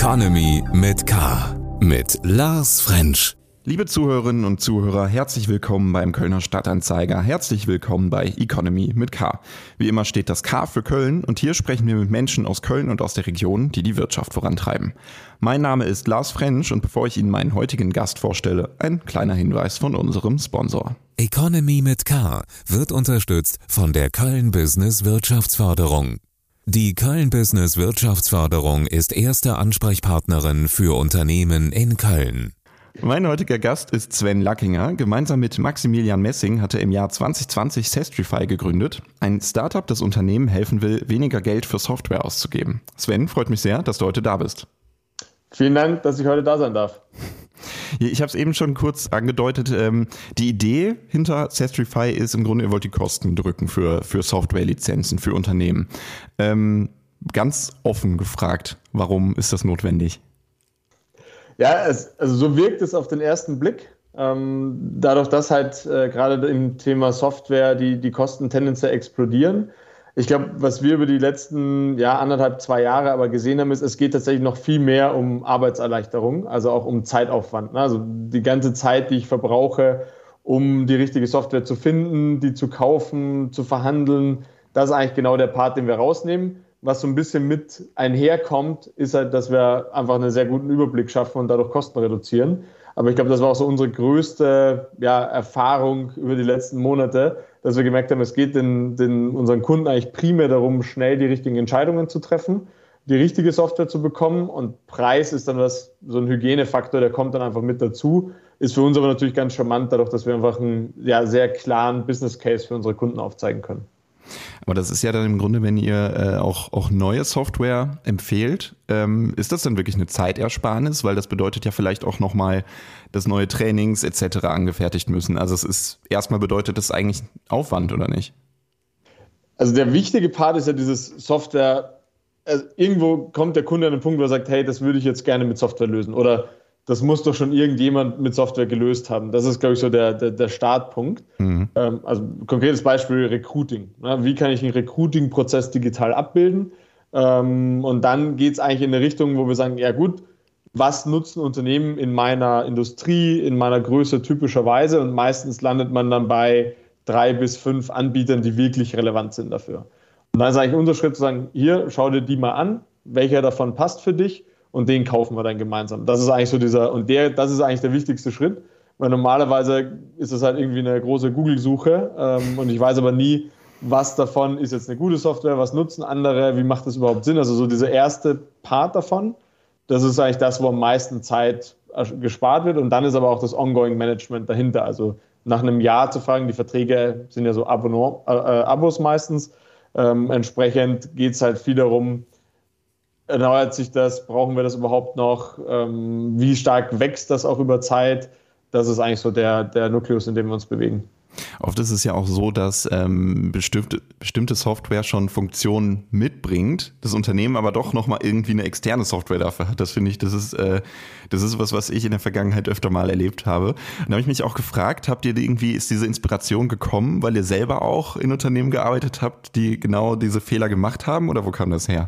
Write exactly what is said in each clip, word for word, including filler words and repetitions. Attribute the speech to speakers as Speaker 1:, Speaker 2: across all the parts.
Speaker 1: Economy mit K. Mit Lars French.
Speaker 2: Liebe Zuhörerinnen und Zuhörer, herzlich willkommen beim Kölner Stadtanzeiger. Herzlich willkommen bei Economy mit K. Wie immer steht das K für Köln und hier sprechen wir mit Menschen aus Köln und aus der Region, die die Wirtschaft vorantreiben. Mein Name ist Lars French und bevor ich Ihnen meinen heutigen Gast vorstelle, ein kleiner Hinweis von unserem Sponsor.
Speaker 1: Economy mit K wird unterstützt von der Köln Business Wirtschaftsförderung. Die Köln Business Wirtschaftsförderung ist erste Ansprechpartnerin für Unternehmen in Köln.
Speaker 2: Mein heutiger Gast ist Sven Lackinger. Gemeinsam mit Maximilian Messing hat er im Jahr zwanzig zwanzig Sestrify gegründet. Ein Startup, das Unternehmen helfen will, weniger Geld für Software auszugeben. Sven, freut mich sehr, dass du heute da bist.
Speaker 3: Vielen Dank, dass ich heute da sein darf.
Speaker 2: Ich habe es eben schon kurz angedeutet. Ähm, die Idee hinter Sestrify ist im Grunde, ihr wollt die Kosten drücken für, für Softwarelizenzen, für Unternehmen. Ähm, ganz offen gefragt, warum ist das notwendig?
Speaker 3: Ja, es, also so wirkt es auf den ersten Blick. Ähm, dadurch, dass halt äh, gerade im Thema Software die, die Kosten tendenziell explodieren. Ich glaube, was wir über die letzten ja, anderthalb, zwei Jahre aber gesehen haben, ist, es geht tatsächlich noch viel mehr um Arbeitserleichterung, also auch um Zeitaufwand. Ne? Also die ganze Zeit, die ich verbrauche, um die richtige Software zu finden, die zu kaufen, zu verhandeln, das ist eigentlich genau der Part, den wir rausnehmen. Was so ein bisschen mit einherkommt, ist halt, dass wir einfach einen sehr guten Überblick schaffen und dadurch Kosten reduzieren. Aber ich glaube, das war auch so unsere größte ja, Erfahrung über die letzten Monate, dass wir gemerkt haben, es geht den, den, unseren Kunden eigentlich primär darum, schnell die richtigen Entscheidungen zu treffen, die richtige Software zu bekommen. Und Preis ist dann was, so ein Hygienefaktor, der kommt dann einfach mit dazu. Ist für uns aber natürlich ganz charmant, dadurch, dass wir einfach einen ja, sehr klaren Business Case für unsere Kunden aufzeigen können.
Speaker 2: Aber das ist ja dann im Grunde, wenn ihr äh, auch, auch neue Software empfehlt, ähm, ist das dann wirklich eine Zeitersparnis? Weil das bedeutet ja vielleicht auch nochmal, dass neue Trainings et cetera angefertigt müssen. Also es ist erstmal bedeutet das eigentlich Aufwand, oder nicht?
Speaker 3: Also der wichtige Part ist ja dieses Software, also irgendwo kommt der Kunde an den Punkt, wo er sagt, hey, das würde ich jetzt gerne mit Software lösen. Oder das muss doch schon irgendjemand mit Software gelöst haben. Das ist, glaube ich, so der, der, der Startpunkt. Mhm. Ähm, also konkretes Beispiel Recruiting. Ne? Wie kann ich einen Recruiting-Prozess digital abbilden? Ähm, und dann geht es eigentlich in eine Richtung, wo wir sagen, ja gut, was nutzen Unternehmen in meiner Industrie, in meiner Größe typischerweise? Und meistens landet man dann bei drei bis fünf Anbietern, die wirklich relevant sind dafür. Und dann ist eigentlich unser Schritt zu sagen, hier, schau dir die mal an, welcher davon passt für dich? Und den kaufen wir dann gemeinsam. Das ist eigentlich so dieser, und der, das ist eigentlich der wichtigste Schritt, weil normalerweise ist es halt irgendwie eine große Google-Suche ähm, und ich weiß aber nie, was davon ist jetzt eine gute Software, was nutzen andere, wie macht das überhaupt Sinn? Also so dieser erste Part davon, das ist eigentlich das, wo am meisten Zeit gespart wird und dann ist aber auch das Ongoing-Management dahinter. Also nach einem Jahr zu fragen, die Verträge sind ja so Abonno, äh, Abos meistens, ähm, entsprechend geht es halt viel darum, erneuert sich das? Brauchen wir das überhaupt noch? Ähm, wie stark wächst das auch über Zeit? Das ist eigentlich so der, der Nukleus, in dem wir uns bewegen.
Speaker 2: Oft ist es ja auch so, dass ähm, bestimmte, bestimmte Software schon Funktionen mitbringt, das Unternehmen aber doch nochmal irgendwie eine externe Software dafür hat. Das finde ich, das ist, äh, das ist was, was ich in der Vergangenheit öfter mal erlebt habe. Und da habe ich mich auch gefragt, habt ihr irgendwie, ist diese Inspiration gekommen, weil ihr selber auch in Unternehmen gearbeitet habt, die genau diese Fehler gemacht haben oder wo kam das her?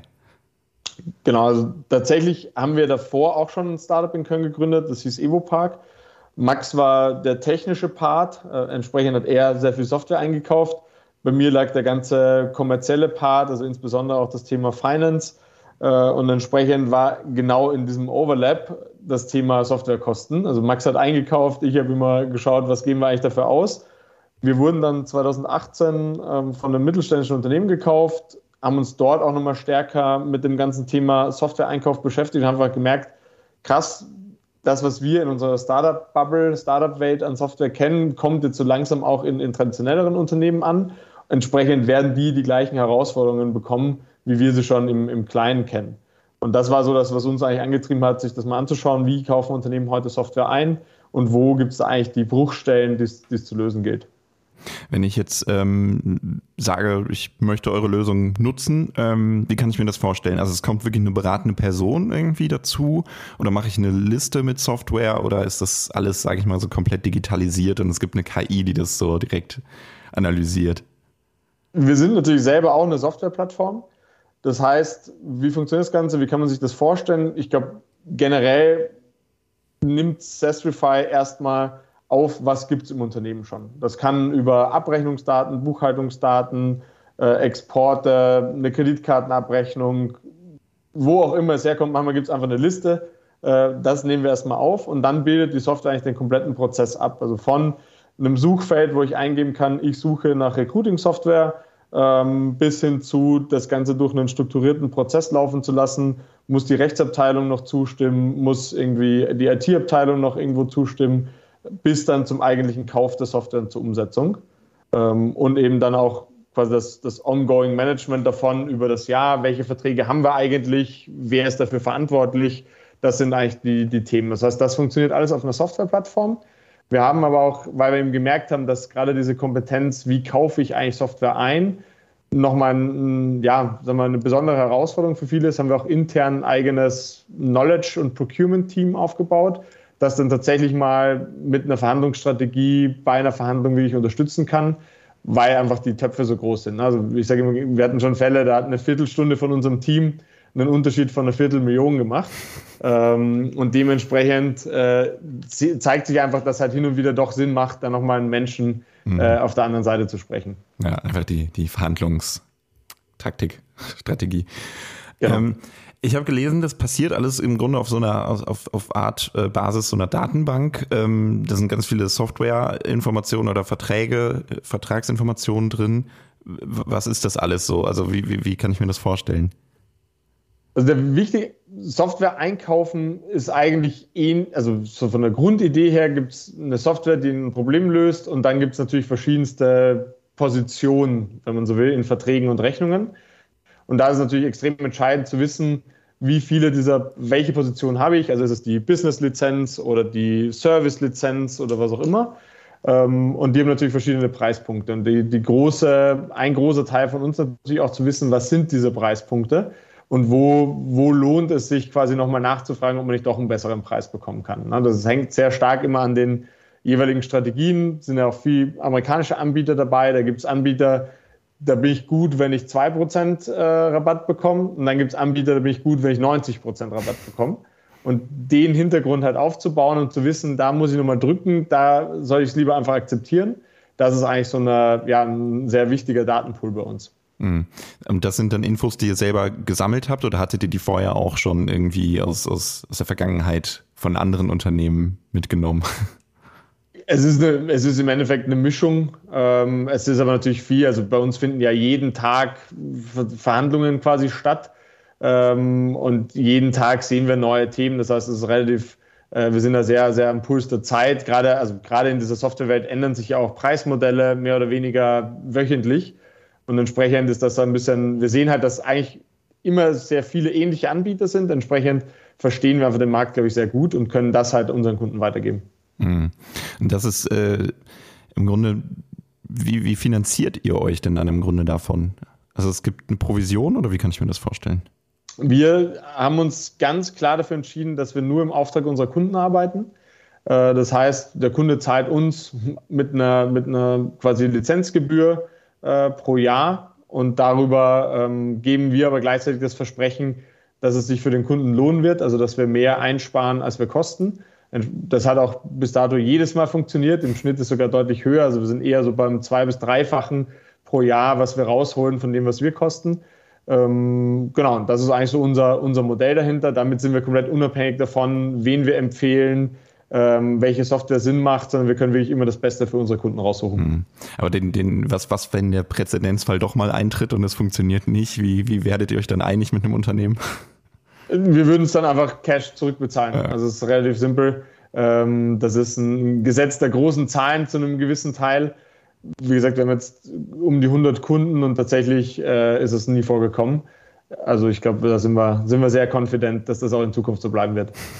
Speaker 3: Genau, also tatsächlich haben wir davor auch schon ein Startup in Köln gegründet, das hieß Evopark. Max war der technische Part, äh, entsprechend hat er sehr viel Software eingekauft. Bei mir lag der ganze kommerzielle Part, also insbesondere auch das Thema Finance. Äh, und entsprechend war genau in diesem Overlap das Thema Softwarekosten. Also Max hat eingekauft, ich habe immer geschaut, was geben wir eigentlich dafür aus. Wir wurden dann zwanzig achtzehn ähm, von einem mittelständischen Unternehmen gekauft, haben uns dort auch nochmal stärker mit dem ganzen Thema Software-Einkauf beschäftigt und haben einfach gemerkt, krass, das, was wir in unserer Startup-Bubble, Startup-Welt an Software kennen, kommt jetzt so langsam auch in, in traditionelleren Unternehmen an. Entsprechend werden die die gleichen Herausforderungen bekommen, wie wir sie schon im, im Kleinen kennen. Und das war so das, was uns eigentlich angetrieben hat, sich das mal anzuschauen, wie kaufen Unternehmen heute Software ein und wo gibt es eigentlich die Bruchstellen, die es zu lösen gilt.
Speaker 2: Wenn ich jetzt ähm, sage, ich möchte eure Lösung nutzen, ähm, wie kann ich mir das vorstellen? Also es kommt wirklich eine beratende Person irgendwie dazu oder mache ich eine Liste mit Software oder ist das alles, sage ich mal, so komplett digitalisiert und es gibt eine K I, die das so direkt analysiert?
Speaker 3: Wir sind natürlich selber auch eine Softwareplattform. Das heißt, wie funktioniert das Ganze? Wie kann man sich das vorstellen? Ich glaube, generell nimmt Sastrify erstmal auf, was gibt es im Unternehmen schon. Das kann über Abrechnungsdaten, Buchhaltungsdaten, äh, Exporte, eine Kreditkartenabrechnung, wo auch immer es herkommt, manchmal gibt es einfach eine Liste. Äh, das nehmen wir erstmal auf und dann bildet die Software eigentlich den kompletten Prozess ab. Also von einem Suchfeld, wo ich eingeben kann, ich suche nach Recruiting-Software, ähm, bis hin zu das Ganze durch einen strukturierten Prozess laufen zu lassen, muss die Rechtsabteilung noch zustimmen, muss irgendwie die I T-Abteilung noch irgendwo zustimmen, bis dann zum eigentlichen Kauf der Software und zur Umsetzung. Ähm, und eben dann auch quasi das, das Ongoing Management davon über das Jahr, welche Verträge haben wir eigentlich, wer ist dafür verantwortlich, das sind eigentlich die, die Themen. Das heißt, das funktioniert alles auf einer Softwareplattform. Wir haben aber auch, weil wir eben gemerkt haben, dass gerade diese Kompetenz, wie kaufe ich eigentlich Software ein, nochmal ein, ja, sagen wir, eine besondere Herausforderung für viele ist, haben wir auch intern ein eigenes Knowledge- und Procurement-Team aufgebaut, das dann tatsächlich mal mit einer Verhandlungsstrategie bei einer Verhandlung wirklich unterstützen kann, weil einfach die Töpfe so groß sind. Also ich sage immer, wir hatten schon Fälle, da hat eine Viertelstunde von unserem Team einen Unterschied von einer Viertelmillion gemacht. Ähm, und dementsprechend äh, zeigt sich einfach, dass halt hin und wieder doch Sinn macht, dann nochmal einen Menschen mhm. äh, auf der anderen Seite zu sprechen.
Speaker 2: Ja, einfach die, die Verhandlungstaktik, Strategie.
Speaker 3: Genau.
Speaker 2: Ähm, ich habe gelesen, das passiert alles im Grunde auf so einer auf, auf Art äh, Basis so einer Datenbank. Ähm, da sind ganz viele Softwareinformationen oder Verträge, äh, Vertragsinformationen drin. Was ist das alles so? Also wie, wie, wie kann ich mir das vorstellen?
Speaker 3: Also der wichtige Software einkaufen ist eigentlich, eh, also so von der Grundidee her gibt es eine Software, die ein Problem löst und dann gibt es natürlich verschiedenste Positionen, wenn man so will, in Verträgen und Rechnungen. Und da ist es natürlich extrem entscheidend zu wissen, wie viele dieser, welche Position habe ich, also ist es die Business-Lizenz oder die Service-Lizenz oder was auch immer. Und die haben natürlich verschiedene Preispunkte. Und die, die große, ein großer Teil von uns natürlich auch zu wissen, was sind diese Preispunkte und wo, wo lohnt es sich quasi nochmal nachzufragen, ob man nicht doch einen besseren Preis bekommen kann. Das hängt sehr stark immer an den jeweiligen Strategien. Es sind ja auch viele amerikanische Anbieter dabei. Da gibt es Anbieter, da bin ich gut, wenn ich zwei Prozent äh, Rabatt bekomme. Und dann gibt es Anbieter, da bin ich gut, wenn ich neunzig Prozent Rabatt bekomme. Und den Hintergrund halt aufzubauen und zu wissen, da muss ich nochmal drücken, da soll ich es lieber einfach akzeptieren. Das ist eigentlich so eine, ja, ein sehr wichtiger Datenpool bei uns.
Speaker 2: Mhm. Und das sind dann Infos, die ihr selber gesammelt habt oder hattet ihr die vorher auch schon irgendwie aus, aus, aus der Vergangenheit von anderen Unternehmen mitgenommen?
Speaker 3: Es ist, eine, es ist im Endeffekt eine Mischung. Ähm, es ist aber natürlich viel. Also bei uns finden ja jeden Tag Verhandlungen quasi statt. Ähm, und jeden Tag sehen wir neue Themen. Das heißt, es ist relativ, äh, wir sind da sehr, sehr am Puls der Zeit. Gerade, also gerade in dieser Softwarewelt ändern sich ja auch Preismodelle mehr oder weniger wöchentlich. Und entsprechend ist das so ein bisschen, wir sehen halt, dass eigentlich immer sehr viele ähnliche Anbieter sind. Entsprechend verstehen wir einfach den Markt, glaube ich, sehr gut und können das halt unseren Kunden weitergeben.
Speaker 2: Und das ist äh, im Grunde, wie, wie finanziert ihr euch denn dann im Grunde davon? Also es gibt eine Provision oder wie kann ich mir das vorstellen?
Speaker 3: Wir haben uns ganz klar dafür entschieden, dass wir nur im Auftrag unserer Kunden arbeiten. Äh, das heißt, der Kunde zahlt uns mit einer, mit einer quasi Lizenzgebühr äh, pro Jahr und darüber ähm, geben wir aber gleichzeitig das Versprechen, dass es sich für den Kunden lohnen wird, also dass wir mehr einsparen, als wir kosten. Das hat auch bis dato jedes Mal funktioniert. Im Schnitt ist es sogar deutlich höher. Also wir sind eher so beim zwei- bis dreifachen pro Jahr, was wir rausholen von dem, was wir kosten. Ähm, genau, und das ist eigentlich so unser, unser Modell dahinter. Damit sind wir komplett unabhängig davon, wen wir empfehlen, ähm, welche Software Sinn macht, sondern wir können wirklich immer das Beste für unsere Kunden raussuchen.
Speaker 2: Mhm. Aber den, den, was, was, wenn der Präzedenzfall doch mal eintritt und es funktioniert nicht, wie, wie werdet ihr euch dann einig mit einem Unternehmen?
Speaker 3: Wir würden es dann einfach Cash zurückbezahlen. Ja. Also es ist relativ simpel. Das ist ein Gesetz der großen Zahlen zu einem gewissen Teil. Wie gesagt, wir haben jetzt um die hundert Kunden und tatsächlich ist es nie vorgekommen. Also ich glaube, da sind wir, sind wir sehr confident, dass das auch in Zukunft so bleiben wird.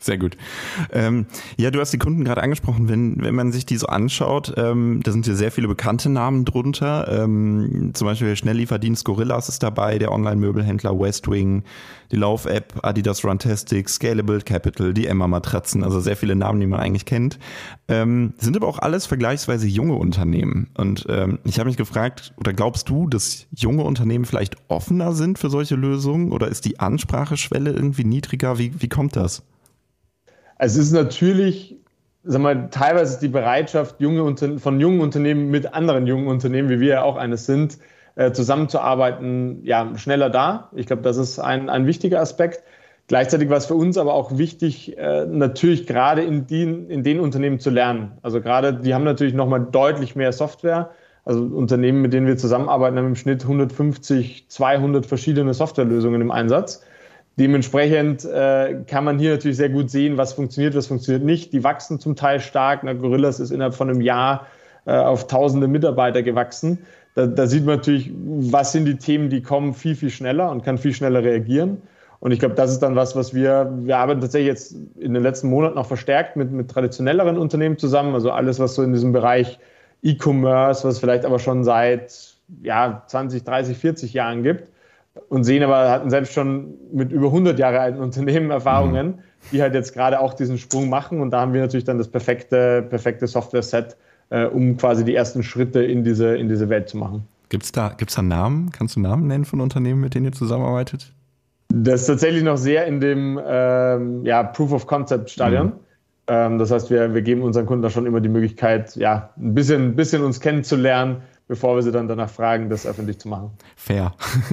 Speaker 2: Sehr gut. Ähm, ja, du hast die Kunden gerade angesprochen. Wenn, wenn man sich die so anschaut, ähm, da sind ja sehr viele bekannte Namen drunter. Ähm, zum Beispiel der Schnelllieferdienst Gorillas ist dabei, der Online-Möbelhändler Westwing, die Lauf-App Adidas Runtastic, Scalable Capital, die Emma-Matratzen, also sehr viele Namen, die man eigentlich kennt. Ähm, sind aber auch alles vergleichsweise junge Unternehmen. Und ähm, ich habe mich gefragt, oder glaubst du, dass junge Unternehmen vielleicht offener sind für solche Lösungen? Oder ist die Anspracheschwelle irgendwie niedriger? Wie, wie kommt das?
Speaker 3: Es ist natürlich, sag mal, teilweise die Bereitschaft junge Unter- von jungen Unternehmen mit anderen jungen Unternehmen, wie wir ja auch eines sind, äh, zusammenzuarbeiten, ja, schneller da. Ich glaube, das ist ein, ein wichtiger Aspekt. Gleichzeitig war es für uns aber auch wichtig, äh, natürlich gerade in, die, in den Unternehmen zu lernen. Also gerade, die haben natürlich nochmal deutlich mehr Software. Also Unternehmen, mit denen wir zusammenarbeiten, haben im Schnitt hundertfünfzig, zweihundert verschiedene Softwarelösungen im Einsatz. Dementsprechend äh, kann man hier natürlich sehr gut sehen, was funktioniert, was funktioniert nicht. Die wachsen zum Teil stark. Na, Gorillas ist innerhalb von einem Jahr äh, auf tausende Mitarbeiter gewachsen. Da, da sieht man natürlich, was sind die Themen, die kommen, viel, viel schneller und kann viel schneller reagieren. Und ich glaube, das ist dann was, was wir, wir arbeiten tatsächlich jetzt in den letzten Monaten auch verstärkt mit, mit traditionelleren Unternehmen zusammen. Also alles, was so in diesem Bereich E-Commerce, was vielleicht aber schon seit ja, zwanzig, dreißig, vierzig Jahren gibt. Und sehen aber, hatten selbst schon mit über hundert Jahre alten Unternehmen Erfahrungen, mhm. die halt jetzt gerade auch diesen Sprung machen. Und da haben wir natürlich dann das perfekte, perfekte Software-Set, äh, um quasi die ersten Schritte in diese, in diese Welt zu machen.
Speaker 2: Gibt's da, gibt's da Namen? Kannst du Namen nennen von Unternehmen, mit denen ihr zusammenarbeitet?
Speaker 3: Das ist tatsächlich noch sehr in dem ähm, ja, Proof-of-Concept-Stadion. Mhm. Ähm, das heißt, wir, wir geben unseren Kunden da schon immer die Möglichkeit, ja, ein bisschen, ein bisschen uns kennenzulernen, bevor wir sie dann danach fragen, das öffentlich zu machen.
Speaker 2: Fair.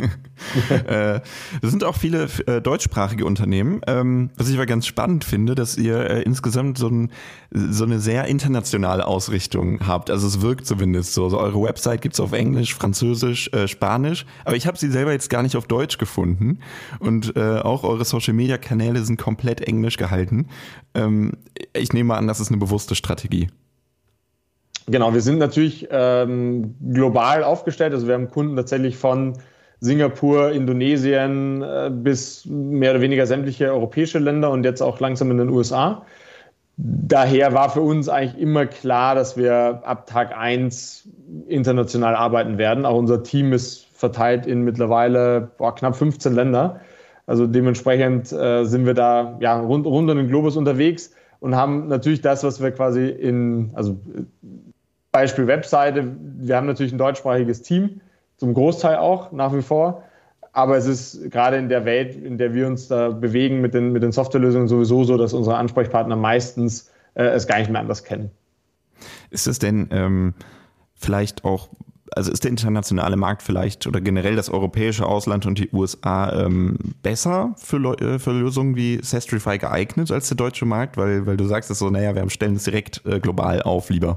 Speaker 2: äh, das sind auch viele äh, deutschsprachige Unternehmen. Ähm, was ich aber ganz spannend finde, dass ihr äh, insgesamt so, ein, so eine sehr internationale Ausrichtung habt. Also es wirkt zumindest so. Also eure Website gibt's auf Englisch, Französisch, äh, Spanisch. Aber ich habe sie selber jetzt gar nicht auf Deutsch gefunden. Und äh, auch eure Social-Media-Kanäle sind komplett englisch gehalten. Ähm, ich nehme an, das ist eine bewusste Strategie.
Speaker 3: Genau, wir sind natürlich ähm, global aufgestellt. Also wir haben Kunden tatsächlich von Singapur, Indonesien äh, bis mehr oder weniger sämtliche europäische Länder und jetzt auch langsam in den U S A. Daher war für uns eigentlich immer klar, dass wir ab Tag eins international arbeiten werden. Auch unser Team ist verteilt in mittlerweile boah, knapp fünfzehn Länder. Also dementsprechend äh, sind wir da ja, rund, rund um den Globus unterwegs und haben natürlich das, was wir quasi in, also Beispiel Webseite, wir haben natürlich ein deutschsprachiges Team, zum Großteil auch nach wie vor, aber es ist gerade in der Welt, in der wir uns da bewegen mit den, mit den Softwarelösungen sowieso so, dass unsere Ansprechpartner meistens äh, es gar nicht mehr anders kennen.
Speaker 2: Ist es denn ähm, vielleicht auch, also ist der internationale Markt vielleicht oder generell das europäische Ausland und die U S A ähm, besser für, Le- für Lösungen wie Sastrify geeignet als der deutsche Markt? Weil, weil du sagst es so, naja, wir stellen es direkt äh, global auf lieber.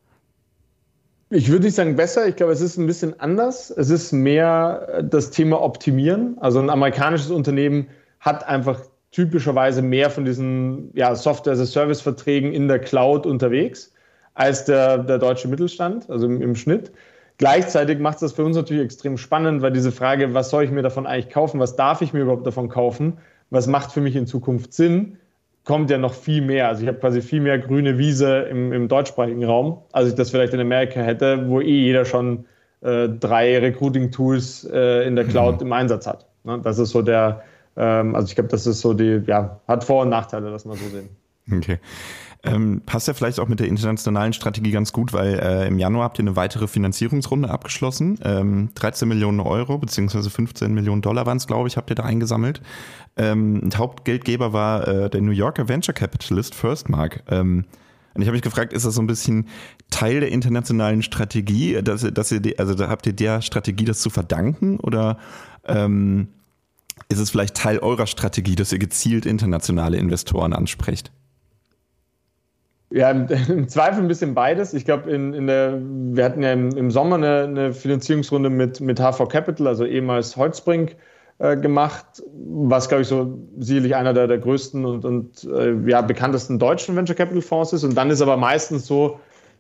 Speaker 3: Ich würde nicht sagen besser, ich glaube, es ist ein bisschen anders. Es ist mehr das Thema Optimieren. Also ein amerikanisches Unternehmen hat einfach typischerweise mehr von diesen ja, Software-as-a-Service-Verträgen in der Cloud unterwegs als der, der deutsche Mittelstand, also im, im Schnitt. Gleichzeitig macht es das für uns natürlich extrem spannend, weil diese Frage, was soll ich mir davon eigentlich kaufen, was darf ich mir überhaupt davon kaufen, was macht für mich in Zukunft Sinn, kommt ja noch viel mehr. Also ich habe quasi viel mehr grüne Wiese im, im deutschsprachigen Raum, als ich das vielleicht in Amerika hätte, wo eh jeder schon äh, drei Recruiting-Tools äh, in der Cloud mhm. im Einsatz hat. Ne? Das ist so der, ähm, also ich glaube, das ist so die, ja, hat Vor- und Nachteile, lass mal so sehen.
Speaker 2: Okay. Ähm, passt ja vielleicht auch mit der internationalen Strategie ganz gut, weil äh, im Januar habt ihr eine weitere Finanzierungsrunde abgeschlossen. Ähm, dreizehn Millionen Euro beziehungsweise fünfzehn Millionen Dollar waren es, glaube ich, habt ihr da eingesammelt. Ähm, Hauptgeldgeber war äh, der New Yorker Venture Capitalist Firstmark. Ähm, und ich habe mich gefragt, ist das so ein bisschen Teil der internationalen Strategie, dass, dass ihr, also da habt ihr der Strategie das zu verdanken oder ähm, ist es vielleicht Teil eurer Strategie, dass ihr gezielt internationale Investoren ansprecht?
Speaker 3: Ja, im, im Zweifel ein bisschen beides. Ich glaube, in, in der, wir hatten ja im, im Sommer eine, eine Finanzierungsrunde mit, mit H V Capital, also ehemals Holzbrink, äh, gemacht, was, glaube ich, so sicherlich einer der, der größten und, und äh, ja, bekanntesten deutschen Venture Capital Fonds ist. Und dann ist aber meistens so,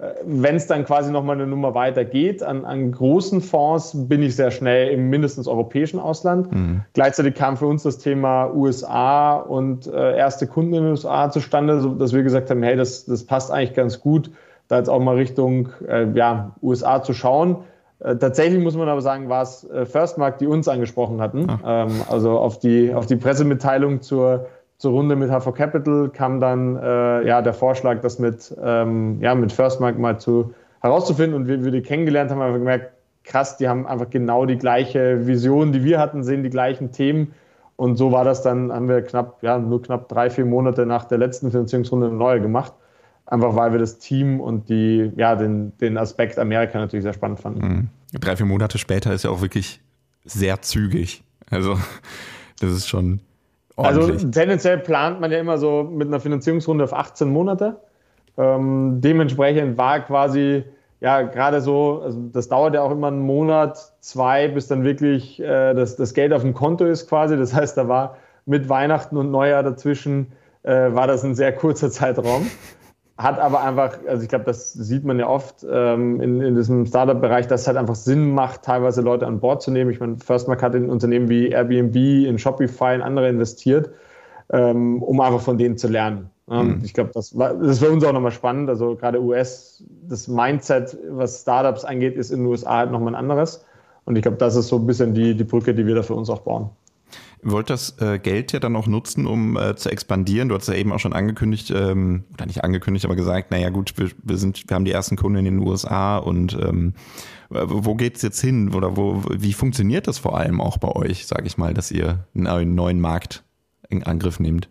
Speaker 3: wenn es dann quasi nochmal eine Nummer weiter geht, an, an großen Fonds bin ich sehr schnell im mindestens europäischen Ausland. Mhm. Gleichzeitig kam für uns das Thema U S A und äh, erste Kunden in den U S A zustande, so dass wir gesagt haben, hey, das, das passt eigentlich ganz gut, da jetzt auch mal Richtung äh, ja, U S A zu schauen. Äh, tatsächlich muss man aber sagen, war es äh, Firstmark, die uns angesprochen hatten. Ah. Ähm, also auf die, auf die Pressemitteilung zur Zur Runde mit H V Capital kam dann äh, ja, der Vorschlag, das mit, ähm, ja, mit Firstmark mal zu, herauszufinden. Und wie wir die kennengelernt haben, haben wir gemerkt, krass, die haben einfach genau die gleiche Vision, die wir hatten, sehen die gleichen Themen. Und so war das dann, haben wir knapp, ja, nur knapp drei, vier Monate nach der letzten Finanzierungsrunde eine neue gemacht. Einfach weil wir das Team und die, ja, den, den Aspekt Amerika natürlich sehr spannend fanden.
Speaker 2: Mhm. Drei, vier Monate später ist ja auch wirklich sehr zügig. Also das ist schon...
Speaker 3: Also tendenziell plant man ja immer so mit einer Finanzierungsrunde auf achtzehn Monate. Ähm, dementsprechend war quasi, ja, gerade so, also das dauert ja auch immer einen Monat, zwei, bis dann wirklich äh, das, das Geld auf dem Konto ist quasi. Das heißt, da war mit Weihnachten und Neujahr dazwischen, äh, war das ein sehr kurzer Zeitraum. Hat aber einfach, also ich glaube, das sieht man ja oft ähm, in, in diesem Startup-Bereich, dass es halt einfach Sinn macht, teilweise Leute an Bord zu nehmen. Ich meine, Firstmark hat in Unternehmen wie Airbnb, in Shopify, in andere investiert, ähm, um einfach von denen zu lernen. Ähm, mhm. Ich glaube, das war, das ist für uns auch nochmal spannend. Also gerade U S, das Mindset, was Startups angeht, ist in den U S A halt nochmal ein anderes. Und ich glaube, das ist so ein bisschen die, die Brücke, die wir da für uns auch bauen.
Speaker 2: Ihr wollt das äh, Geld ja dann auch nutzen, um äh, zu expandieren. Du hast ja eben auch schon angekündigt, ähm, oder nicht angekündigt, aber gesagt, naja gut, wir, wir, sind, wir haben die ersten Kunden in den U S A und ähm, wo geht's jetzt hin? Oder wo, wie funktioniert das vor allem auch bei euch, sage ich mal, dass ihr einen neuen Markt in Angriff nehmt?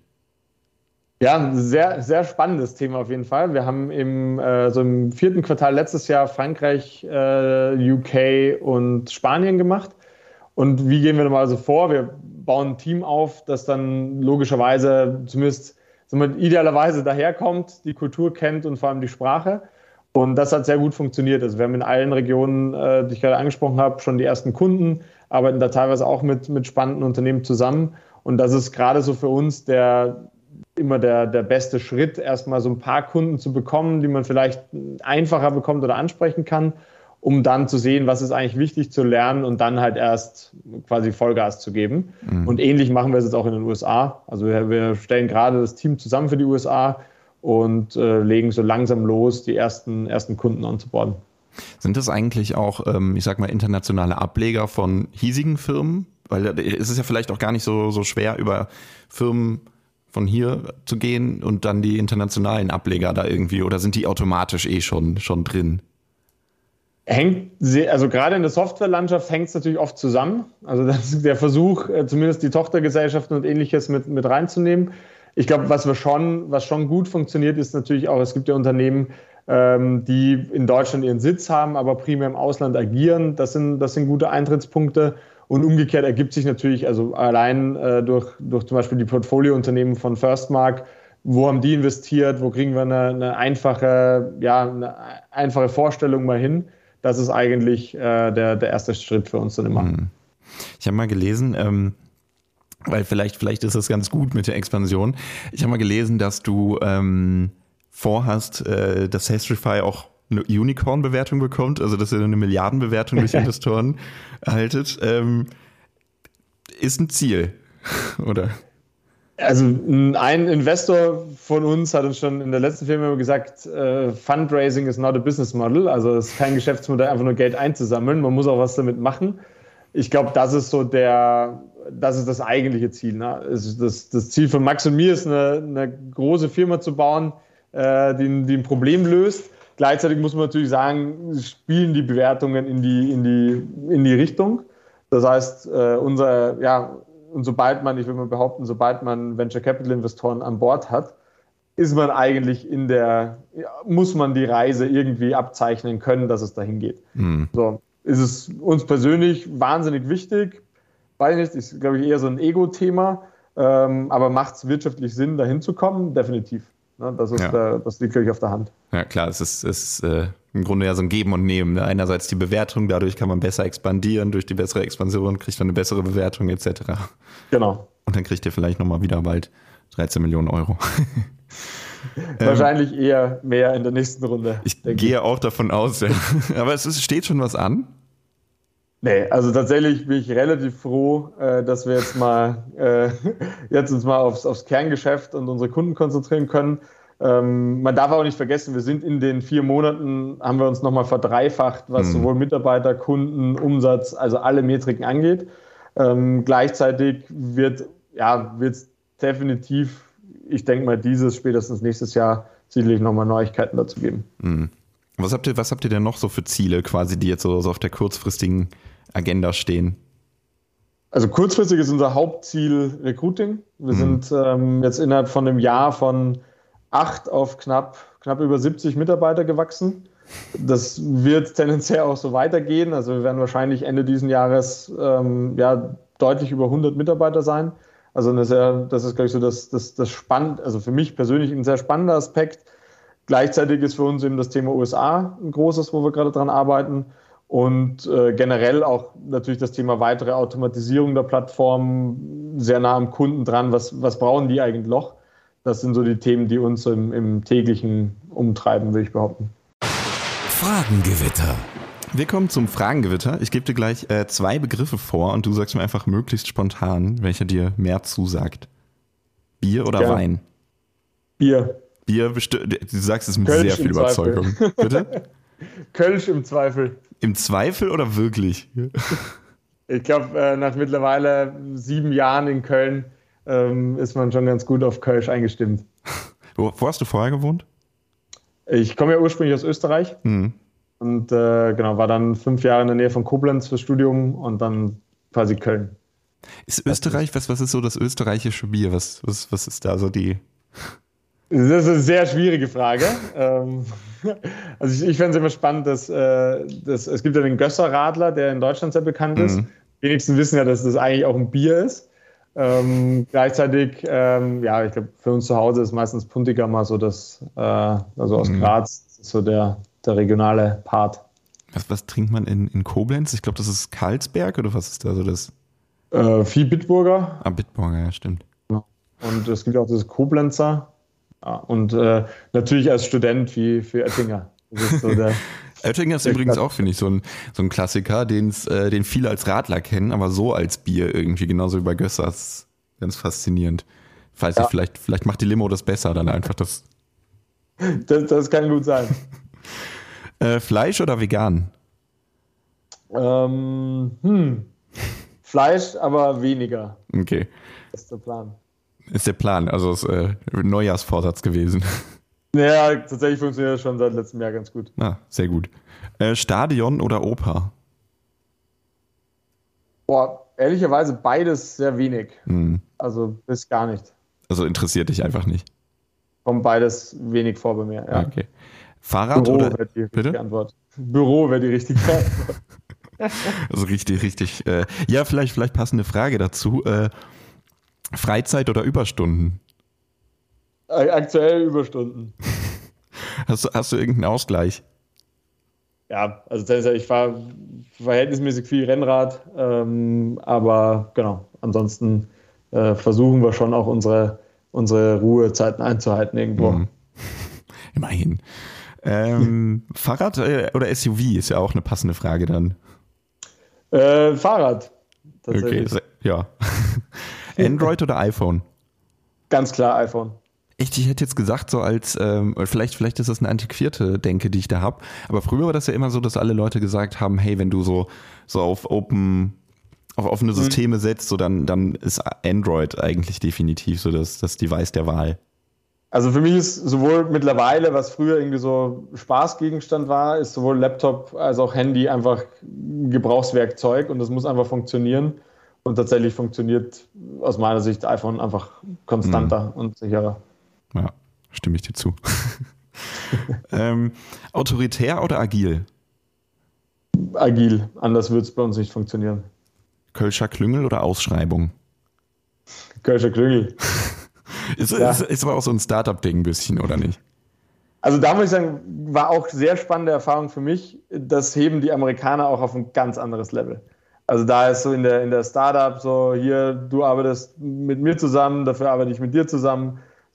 Speaker 3: Ja, sehr, sehr spannendes Thema auf jeden Fall. Wir haben im, äh, so im vierten Quartal letztes Jahr Frankreich, äh, U K und Spanien gemacht. Und wie gehen wir da mal so vor? Wir bauen ein Team auf, das dann logischerweise zumindest sagen wir, idealerweise daherkommt, die Kultur kennt und vor allem die Sprache. Und das hat sehr gut funktioniert. Also wir haben in allen Regionen, äh, die ich gerade angesprochen habe, schon die ersten Kunden, arbeiten da teilweise auch mit, mit spannenden Unternehmen zusammen. Und das ist gerade so für uns der immer der, der beste Schritt, erstmal so ein paar Kunden zu bekommen, die man vielleicht einfacher bekommt oder ansprechen kann, um dann zu sehen, was ist eigentlich wichtig zu lernen und dann halt erst quasi Vollgas zu geben. Mhm. Und ähnlich machen wir es jetzt auch in den U S A. Also wir, wir stellen gerade das Team zusammen für die U S A und äh, legen so langsam los, die ersten, ersten Kunden anzuborden.
Speaker 2: Sind das eigentlich auch, ähm, ich sag mal, internationale Ableger von hiesigen Firmen? Weil es ist ja vielleicht auch gar nicht so, so schwer, über Firmen von hier zu gehen und dann die internationalen Ableger da irgendwie, oder sind die automatisch eh schon, schon drin?
Speaker 3: Hängt, also gerade in der Softwarelandschaft hängt es natürlich oft zusammen. Also das ist der Versuch, zumindest die Tochtergesellschaften und Ähnliches mit, mit reinzunehmen. Ich glaube, was wir schon, was schon gut funktioniert, ist natürlich auch, es gibt ja Unternehmen, ähm, die in Deutschland ihren Sitz haben, aber primär im Ausland agieren. Das sind, das sind gute Eintrittspunkte. Und umgekehrt ergibt sich natürlich, also allein äh, durch, durch zum Beispiel die Portfoliounternehmen von Firstmark, wo haben die investiert, wo kriegen wir eine, eine, einfache, ja, eine einfache Vorstellung mal hin. Das ist eigentlich äh, der, der erste Schritt für uns dann immer.
Speaker 2: Ich habe mal gelesen, ähm, weil vielleicht, vielleicht ist das ganz gut mit der Expansion. Ich habe mal gelesen, dass du ähm, vorhast, äh, dass Sastrify auch eine Unicorn-Bewertung bekommt, also dass ihr eine Milliardenbewertung durch Investoren erhaltet. Ähm, ist ein Ziel, oder?
Speaker 3: Also ein Investor von uns hat uns schon in der letzten Firma gesagt, äh, Fundraising is not a business model, also es ist kein Geschäftsmodell, einfach nur Geld einzusammeln, man muss auch was damit machen. Ich glaube, das ist so der, das ist das eigentliche Ziel. Ne? Das, das Ziel von Max und mir ist, eine, eine große Firma zu bauen, äh, die, die ein Problem löst. Gleichzeitig muss man natürlich sagen, spielen die Bewertungen in die, in die, in die Richtung. Das heißt, äh, unser, ja, und sobald man, ich will mal behaupten, sobald man Venture Capital Investoren an Bord hat, ist man eigentlich in der, muss man die Reise irgendwie abzeichnen können, dass es dahin geht. Mhm. So, ist es uns persönlich wahnsinnig wichtig, weiß nicht, ist, glaube ich, eher so ein Ego-Thema, ähm, aber macht es wirtschaftlich Sinn, dahin zu kommen? Definitiv. Ne, das, ist
Speaker 2: ja.
Speaker 3: der, das liegt wirklich auf der Hand.
Speaker 2: Ja klar, es ist, es ist äh, im Grunde ja so ein Geben und Nehmen. Ne? Einerseits die Bewertung, dadurch kann man besser expandieren, durch die bessere Expansion kriegt man eine bessere Bewertung et cetera.
Speaker 3: Genau.
Speaker 2: Und dann kriegt ihr vielleicht nochmal wieder bald dreizehn Millionen Euro.
Speaker 3: Wahrscheinlich eher mehr in der nächsten Runde.
Speaker 2: Ich gehe ich. auch davon aus, ja. Aber es ist, steht schon was an?
Speaker 3: Nee, also tatsächlich bin ich relativ froh, äh, dass wir jetzt mal äh, jetzt uns mal aufs, aufs Kerngeschäft und unsere Kunden konzentrieren können. Ähm, man darf auch nicht vergessen, wir sind in den vier Monaten, haben wir uns nochmal verdreifacht, was mhm. sowohl Mitarbeiter, Kunden, Umsatz, also alle Metriken angeht. Ähm, gleichzeitig wird ja wird's definitiv, ich denke mal, dieses, spätestens nächstes Jahr sicherlich nochmal Neuigkeiten dazu geben.
Speaker 2: Mhm. Was habt ihr, was habt ihr denn noch so für Ziele quasi, die jetzt so, so auf der kurzfristigen Agenda stehen?
Speaker 3: Also kurzfristig ist unser Hauptziel Recruiting. Wir mhm. sind ähm, jetzt innerhalb von einem Jahr von acht auf knapp, knapp über siebzig Mitarbeiter gewachsen. Das wird tendenziell auch so weitergehen. Also wir werden wahrscheinlich Ende dieses Jahres ähm, ja, deutlich über hundert Mitarbeiter sein. Also eine sehr, das ist, glaube ich, so das, das, das spannend, also für mich persönlich ein sehr spannender Aspekt. Gleichzeitig ist für uns eben das Thema U S A ein großes, wo wir gerade dran arbeiten. Und äh, generell auch natürlich das Thema weitere Automatisierung der Plattform, sehr nah am Kunden dran. Was, was brauchen die eigentlich noch? Das sind so die Themen, die uns im, im täglichen umtreiben, würde ich behaupten.
Speaker 1: Fragengewitter.
Speaker 2: Wir kommen zum Fragengewitter. Ich gebe dir gleich äh, zwei Begriffe vor und du sagst mir einfach möglichst spontan, welcher dir mehr zusagt. Bier oder
Speaker 3: ja.
Speaker 2: Wein?
Speaker 3: Bier.
Speaker 2: Bier, besti- du sagst es mit
Speaker 3: Kölsch
Speaker 2: sehr viel Überzeugung. Bitte?
Speaker 3: Kölsch im Zweifel.
Speaker 2: Im Zweifel oder wirklich?
Speaker 3: Ich glaube, äh, nach mittlerweile sieben Jahren in Köln ähm, ist man schon ganz gut auf Kölsch eingestimmt.
Speaker 2: Wo, wo hast du vorher gewohnt?
Speaker 3: Ich komme ja ursprünglich aus Österreich mhm. und äh, genau, war dann fünf Jahre in der Nähe von Koblenz fürs Studium und dann quasi Köln.
Speaker 2: Ist Österreich, was, was ist so das österreichische Bier? Was, was, was ist da so die...
Speaker 3: Das ist eine sehr schwierige Frage. Also ich, ich fände es immer spannend, dass, äh, dass es gibt ja den Gösser-Radler, der in Deutschland sehr bekannt ist.
Speaker 2: Mhm.
Speaker 3: Die wenigsten wissen ja, dass das eigentlich auch ein Bier ist. Ähm, gleichzeitig, ähm, ja, ich glaube, für uns zu Hause ist meistens Puntiga mal so das, äh, also aus
Speaker 2: mhm.
Speaker 3: Graz, das ist so der, der regionale Part.
Speaker 2: Was, was trinkt man in, in Koblenz? Ich glaube, das ist Karlsberg oder was ist da so das?
Speaker 3: Äh, viel Bitburger.
Speaker 2: Ah, Bitburger, ja, stimmt.
Speaker 3: Und es gibt auch das Koblenzer. Ja, und äh, natürlich als Student wie für Oettinger. Das ist so der,
Speaker 2: Oettinger ist
Speaker 3: der
Speaker 2: übrigens
Speaker 3: Klassiker.
Speaker 2: auch, finde ich, so ein, so ein Klassiker, den's, äh, den viele als Radler kennen, aber so als Bier irgendwie, genauso wie bei Gössers. Ganz faszinierend. Ich weiß
Speaker 3: ja.
Speaker 2: nicht, vielleicht, vielleicht macht die Limo das besser, dann einfach das.
Speaker 3: das, das kann gut sein.
Speaker 2: äh, Fleisch oder vegan?
Speaker 3: Ähm, hm. Fleisch, aber weniger.
Speaker 2: Okay.
Speaker 3: Das ist der Plan.
Speaker 2: Ist der Plan, also ist äh, Neujahrsvorsatz gewesen.
Speaker 3: Ja, tatsächlich funktioniert das schon seit letztem Jahr ganz gut.
Speaker 2: Ah, sehr gut. Äh, Stadion oder Oper?
Speaker 3: Boah, ehrlicherweise beides sehr wenig.
Speaker 2: Hm.
Speaker 3: Also bis gar nicht.
Speaker 2: Also interessiert dich einfach nicht.
Speaker 3: Kommt beides wenig vor bei mir. Ja.
Speaker 2: Okay. Fahrrad
Speaker 3: Büro
Speaker 2: oder?
Speaker 3: wäre die richtige
Speaker 2: Bitte?
Speaker 3: Antwort. Büro wäre die richtige Antwort.
Speaker 2: Also richtig, richtig. Äh, ja, vielleicht, vielleicht passende Frage dazu. Äh, Freizeit oder Überstunden?
Speaker 3: Aktuell Überstunden.
Speaker 2: Hast du, hast du irgendeinen Ausgleich?
Speaker 3: Ja, also ich fahre verhältnismäßig viel Rennrad, ähm, aber genau, ansonsten äh, versuchen wir schon auch unsere, unsere Ruhezeiten einzuhalten irgendwo.
Speaker 2: Mhm. Immerhin. Ähm, Fahrrad oder S U V ist ja auch eine passende Frage dann.
Speaker 3: Äh, Fahrrad. Tatsächlich.
Speaker 2: Okay, ja. Android oder iPhone?
Speaker 3: Ganz klar iPhone.
Speaker 2: Echt, ich hätte jetzt gesagt, so als, ähm, vielleicht, vielleicht ist das eine antiquierte Denke, die ich da habe, aber früher war das ja immer so, dass alle Leute gesagt haben, hey, wenn du so, so auf Open, auf offene Systeme mhm. setzt, so dann, dann ist Android eigentlich definitiv so das, das Device der Wahl.
Speaker 3: Also für mich ist sowohl mittlerweile, was früher irgendwie so Spaßgegenstand war, ist sowohl Laptop als auch Handy einfach Gebrauchswerkzeug und das muss einfach funktionieren. Und tatsächlich funktioniert aus meiner Sicht iPhone einfach konstanter mhm. und sicherer.
Speaker 2: Ja, stimme ich dir zu. ähm, autoritär oder agil?
Speaker 3: Agil, anders wird es bei uns nicht funktionieren.
Speaker 2: Kölscher Klüngel oder Ausschreibung?
Speaker 3: Kölscher Klüngel.
Speaker 2: ist,
Speaker 3: ja.
Speaker 2: ist, ist aber auch so ein Startup-Ding ein bisschen, oder nicht?
Speaker 3: Also da muss ich sagen, war auch sehr spannende Erfahrung für mich. Das heben die Amerikaner auch auf ein ganz anderes Level. Also da ist so in der, in der Startup so, hier, du arbeitest mit mir zusammen, dafür arbeite ich mit dir zusammen.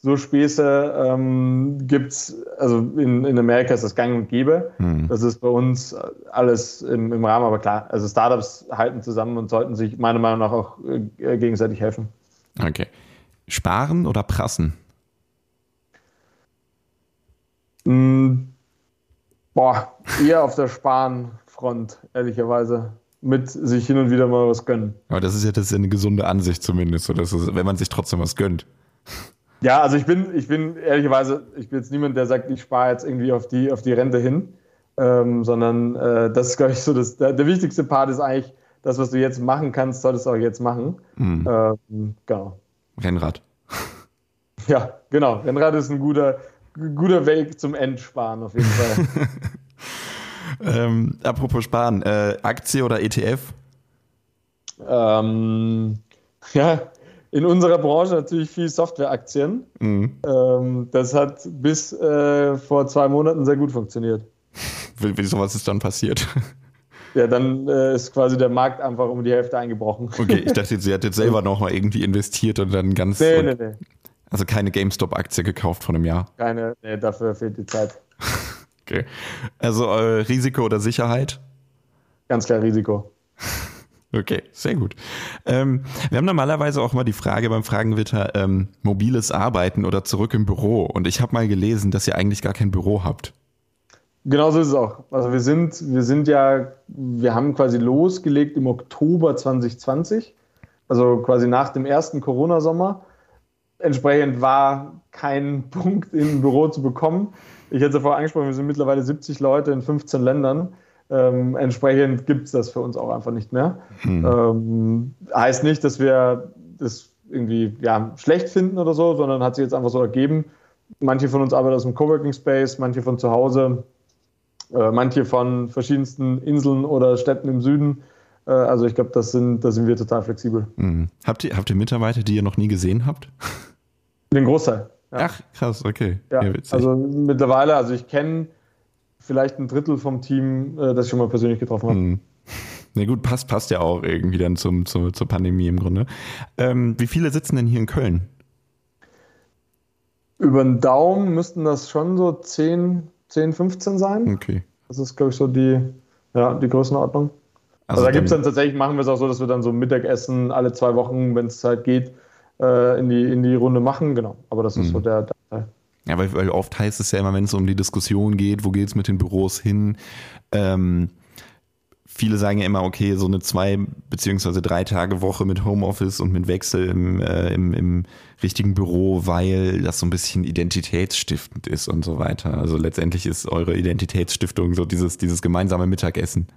Speaker 3: so Späße ähm, gibt es, also in, in Amerika ist das gang und gäbe. Hm. Das ist bei uns alles im, im Rahmen, aber klar, also Startups halten zusammen und sollten sich meiner Meinung nach auch äh, gegenseitig helfen.
Speaker 2: Okay. Sparen oder prassen?
Speaker 3: Mm, boah, eher auf der Sparen-Front, ehrlicherweise. Mit sich hin und wieder mal was gönnen.
Speaker 2: Aber das ist ja, das ist ja eine gesunde Ansicht zumindest, so dass es, wenn man sich trotzdem was gönnt.
Speaker 3: Ja, also ich bin, ich bin ehrlicherweise, ich bin jetzt niemand, der sagt, ich spare jetzt irgendwie auf die, auf die Rente hin, ähm, sondern äh, das ist, glaube ich, so, das, der, der wichtigste Part ist eigentlich, das, was du jetzt machen kannst, solltest du auch jetzt machen. Mhm. Ähm, genau.
Speaker 2: Rennrad.
Speaker 3: Ja, genau. Rennrad ist ein guter, guter Weg zum Endsparen auf jeden Fall.
Speaker 2: ähm, apropos Sparen, äh, Aktie oder E T F?
Speaker 3: Ähm, ja, in unserer Branche natürlich viel Softwareaktien. Mhm. Ähm, das hat bis äh, vor zwei Monaten sehr gut funktioniert.
Speaker 2: Wieso, was ist dann passiert?
Speaker 3: Ja, dann äh, ist quasi der Markt einfach um die Hälfte eingebrochen.
Speaker 2: Okay, ich dachte, sie hat jetzt selber nochmal irgendwie investiert und dann ganz...
Speaker 3: Nee, nee, nee.
Speaker 2: Also keine GameStop-Aktie gekauft vor einem Jahr?
Speaker 3: Keine, nee, dafür fehlt die Zeit.
Speaker 2: Okay. Also äh, Risiko oder Sicherheit?
Speaker 3: Ganz klar Risiko.
Speaker 2: Okay, sehr gut. Ähm, wir haben normalerweise auch mal die Frage beim Fragenwitter, ähm, mobiles Arbeiten oder zurück im Büro. Und ich habe mal gelesen, dass ihr eigentlich gar kein Büro habt.
Speaker 3: Genau so ist es auch. Also wir sind, wir sind ja, wir haben quasi losgelegt im Oktober zwanzig zwanzig, also quasi nach dem ersten Corona-Sommer. Entsprechend war kein Punkt im Büro zu bekommen. Ich hätte es ja vorher angesprochen, wir sind mittlerweile siebzig Leute in fünfzehn Ländern. Ähm, entsprechend gibt es das für uns auch einfach nicht mehr. Hm. Ähm, heißt nicht, dass wir das irgendwie ja, schlecht finden oder so, sondern hat sich jetzt einfach so ergeben. Manche von uns arbeiten aus dem Coworking Space, manche von zu Hause, äh, manche von verschiedensten Inseln oder Städten im Süden. Äh, also ich glaube, das sind, da sind wir total flexibel.
Speaker 2: Hm. Habt ihr, habt ihr Mitarbeiter, die ihr noch nie gesehen habt?
Speaker 3: Den Großteil.
Speaker 2: Ja. Ach, krass, okay.
Speaker 3: Ja, ja, also mittlerweile, also ich kenne vielleicht ein Drittel vom Team, das ich schon mal persönlich getroffen habe. Hm.
Speaker 2: Na gut, passt, passt ja auch irgendwie dann zum, zum, zur Pandemie im Grunde. Ähm, wie viele sitzen denn hier in Köln?
Speaker 3: Über den Daumen müssten das schon so zehn, fünfzehn sein.
Speaker 2: Okay.
Speaker 3: Das ist, glaube ich, so die, ja, die Größenordnung. Also, also da gibt es dann tatsächlich, machen wir es auch so, dass wir dann so Mittagessen alle zwei Wochen, wenn es halt geht, äh, in, die, in die Runde machen. Genau, aber das ist hm. so der, der Teil.
Speaker 2: Ja, weil, weil oft heißt es ja immer, wenn es um die Diskussion geht, wo geht es mit den Büros hin, ähm, viele sagen ja immer, okay, so eine zwei beziehungsweise drei Tage Woche mit Homeoffice und mit Wechsel im, äh, im, im richtigen Büro, weil das so ein bisschen identitätsstiftend ist und so weiter. Also letztendlich ist eure Identitätsstiftung so dieses, dieses gemeinsame Mittagessen.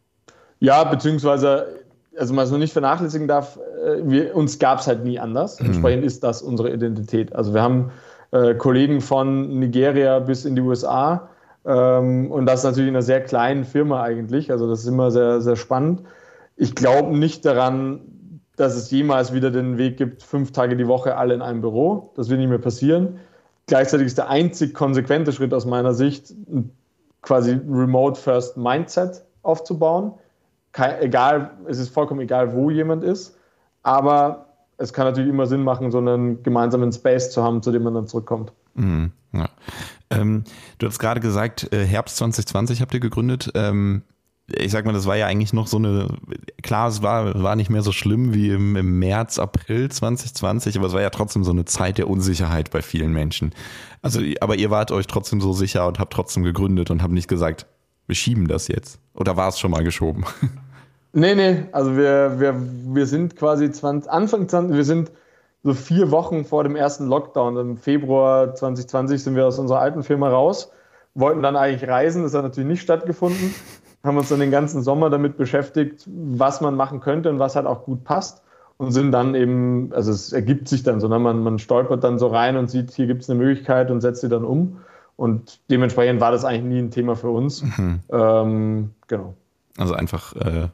Speaker 3: Ja, beziehungsweise, also man es noch nicht vernachlässigen darf, wir, uns gab es halt nie anders. Mhm. Entsprechend ist das unsere Identität. Also wir haben äh, Kollegen von Nigeria bis in die U S A, ähm, und das natürlich in einer sehr kleinen Firma eigentlich. Also das ist immer sehr, sehr spannend. Ich glaube nicht daran, dass es jemals wieder den Weg gibt, fünf Tage die Woche alle in einem Büro. Das wird nicht mehr passieren. Gleichzeitig ist der einzig konsequente Schritt aus meiner Sicht, quasi Remote-First-Mindset aufzubauen. Kein, egal, es ist vollkommen egal, wo jemand ist, aber es kann natürlich immer Sinn machen, so einen gemeinsamen Space zu haben, zu dem man dann zurückkommt.
Speaker 2: Mhm, ja. ähm, du hast gerade gesagt, Herbst zwanzig zwanzig habt ihr gegründet. Ähm, ich sag mal, das war ja eigentlich noch so eine, klar, es war, war nicht mehr so schlimm wie im, im März, April zwanzig zwanzig, aber es war ja trotzdem so eine Zeit der Unsicherheit bei vielen Menschen. Also, aber ihr wart euch trotzdem so sicher und habt trotzdem gegründet und habt nicht gesagt, wir schieben das jetzt. Oder war es schon mal geschoben?
Speaker 3: Nee, nee, also wir, wir, wir sind quasi zwanzig, Anfang zwanzig, wir sind so vier Wochen vor dem ersten Lockdown. Im Februar zwanzig zwanzig sind wir aus unserer alten Firma raus, wollten dann eigentlich reisen, das hat natürlich nicht stattgefunden, haben uns dann den ganzen Sommer damit beschäftigt, was man machen könnte und was halt auch gut passt und sind dann eben, also es ergibt sich dann so, ne? man, man stolpert dann so rein und sieht, hier gibt es eine Möglichkeit und setzt sie dann um und dementsprechend war das eigentlich nie ein Thema für uns. Mhm. Ähm, genau.
Speaker 2: Also einfach äh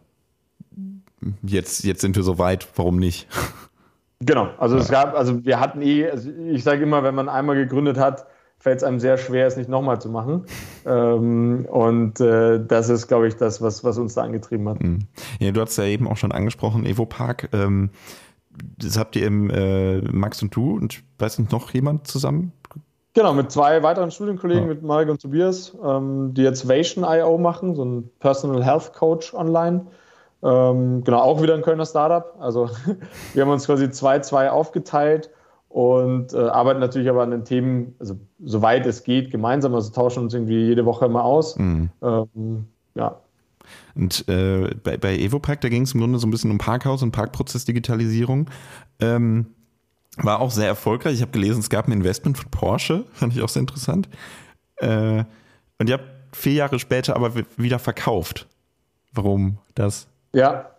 Speaker 2: Jetzt, jetzt sind wir so weit, warum nicht?
Speaker 3: Genau, also ja. es gab, also wir hatten eh, also ich sage immer, wenn man einmal gegründet hat, fällt es einem sehr schwer, es nicht nochmal zu machen. Ähm, und äh, das ist, glaube ich, das, was, was uns da angetrieben hat.
Speaker 2: Ja, du hast ja eben auch schon angesprochen, Evopark. Ähm, das habt ihr im äh, Max und du und weiß nicht, noch jemand zusammen?
Speaker 3: Genau, mit zwei weiteren Studienkollegen,
Speaker 2: ja.
Speaker 3: mit Marek und Tobias, ähm, die jetzt Vation Punkt i o machen, so ein Personal Health Coach online. Ähm, genau, auch wieder ein Kölner Startup. Also wir haben uns quasi zwei, zwei aufgeteilt und äh, arbeiten natürlich aber an den Themen, also soweit es geht, gemeinsam, also tauschen uns irgendwie jede Woche immer aus. Mhm. Ähm, ja.
Speaker 2: Und äh, bei, bei Evopack, da ging es im Grunde so ein bisschen um Parkhaus und Parkprozessdigitalisierung. Ähm, war auch sehr erfolgreich. Ich habe gelesen, es gab ein Investment von Porsche, fand ich auch sehr interessant. Äh, und ihr habt vier Jahre später aber wieder verkauft. Warum das?
Speaker 3: Ja,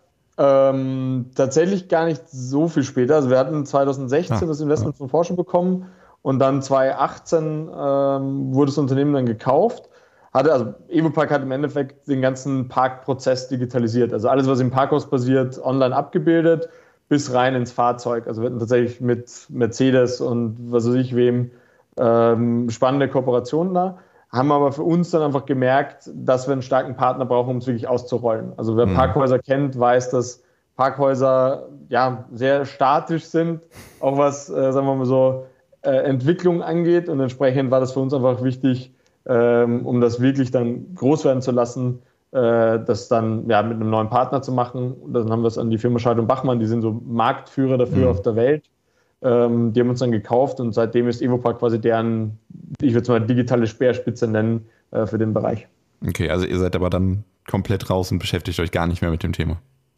Speaker 3: ähm, tatsächlich gar nicht so viel später. Also wir hatten zwanzig sechzehn ah, das Investment ja. von Porsche bekommen und dann zwanzig achtzehn ähm, wurde das Unternehmen dann gekauft. Hatte, also Evopack hat im Endeffekt den ganzen Parkprozess digitalisiert. Also alles, was im Parkhaus passiert, online abgebildet, bis rein ins Fahrzeug. Also wir hatten tatsächlich mit Mercedes und was weiß ich wem ähm, spannende Kooperationen da. Haben aber für uns dann einfach gemerkt, dass wir einen starken Partner brauchen, um es wirklich auszurollen. Also wer mhm. Parkhäuser kennt, weiß, dass Parkhäuser ja sehr statisch sind, auch was, äh, sagen wir mal so, äh, Entwicklung angeht. Und entsprechend war das für uns einfach wichtig, ähm, um das wirklich dann groß werden zu lassen, äh, das dann ja, mit einem neuen Partner zu machen. Und dann haben wir es an die Firma Scheidt und Bachmann, die sind so Marktführer dafür mhm. auf der Welt. Ähm, die haben uns dann gekauft und seitdem ist Evopack quasi deren, ich würde es mal digitale Speerspitze nennen, äh, für den Bereich.
Speaker 2: Okay, also ihr seid aber dann komplett raus und beschäftigt euch gar nicht mehr mit dem Thema.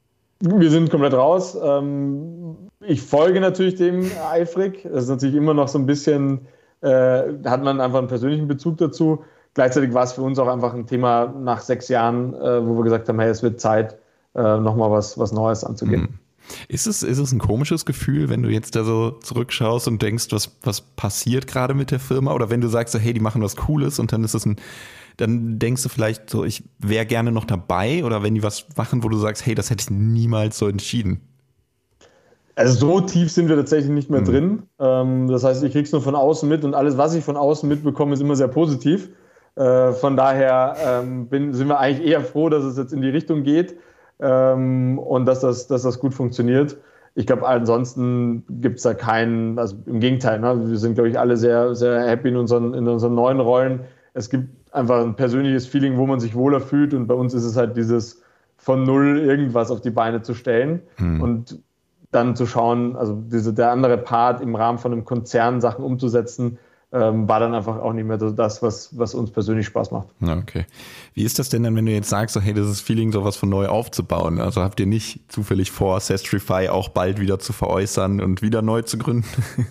Speaker 3: Wir sind komplett raus. Ähm, ich folge natürlich dem eifrig. Das ist natürlich immer noch so ein bisschen, äh, hat man einfach einen persönlichen Bezug dazu. Gleichzeitig war es für uns auch einfach ein Thema nach sechs Jahren, äh, wo wir gesagt haben, hey, es wird Zeit, äh, nochmal was, was Neues anzugehen.
Speaker 2: Mhm. Ist es, ist es ein komisches Gefühl, wenn du jetzt da so zurückschaust und denkst, was, was passiert gerade mit der Firma? Oder wenn du sagst, so, hey, die machen was Cooles und dann ist es ein, dann denkst du vielleicht so, ich wäre gerne noch dabei, oder wenn die was machen, wo du sagst, hey, das hätte ich niemals so entschieden?
Speaker 3: Also so tief sind wir tatsächlich nicht mehr mhm. drin. Ähm, das heißt, ich krieg's nur von außen mit und alles, was ich von außen mitbekomme, ist immer sehr positiv. Äh, von daher ähm, bin, sind wir eigentlich eher froh, dass es jetzt in die Richtung geht. Ähm, und dass das, dass das gut funktioniert. Ich glaube, ansonsten gibt es da keinen, also im Gegenteil, ne? Wir sind, glaube ich, alle sehr, sehr happy in unseren, in unseren neuen Rollen. Es gibt einfach ein persönliches Feeling, wo man sich wohler fühlt, und bei uns ist es halt dieses von null irgendwas auf die Beine zu stellen hm. und dann zu schauen, also diese, der andere Part im Rahmen von einem Konzern Sachen umzusetzen, Ähm, war dann einfach auch nicht mehr das, was, was uns persönlich Spaß macht.
Speaker 2: Okay. Wie ist das denn dann, wenn du jetzt sagst, so, hey, das ist Feeling, sowas von neu aufzubauen? Also habt ihr nicht zufällig vor, Sestrify auch bald wieder zu veräußern und wieder neu zu gründen?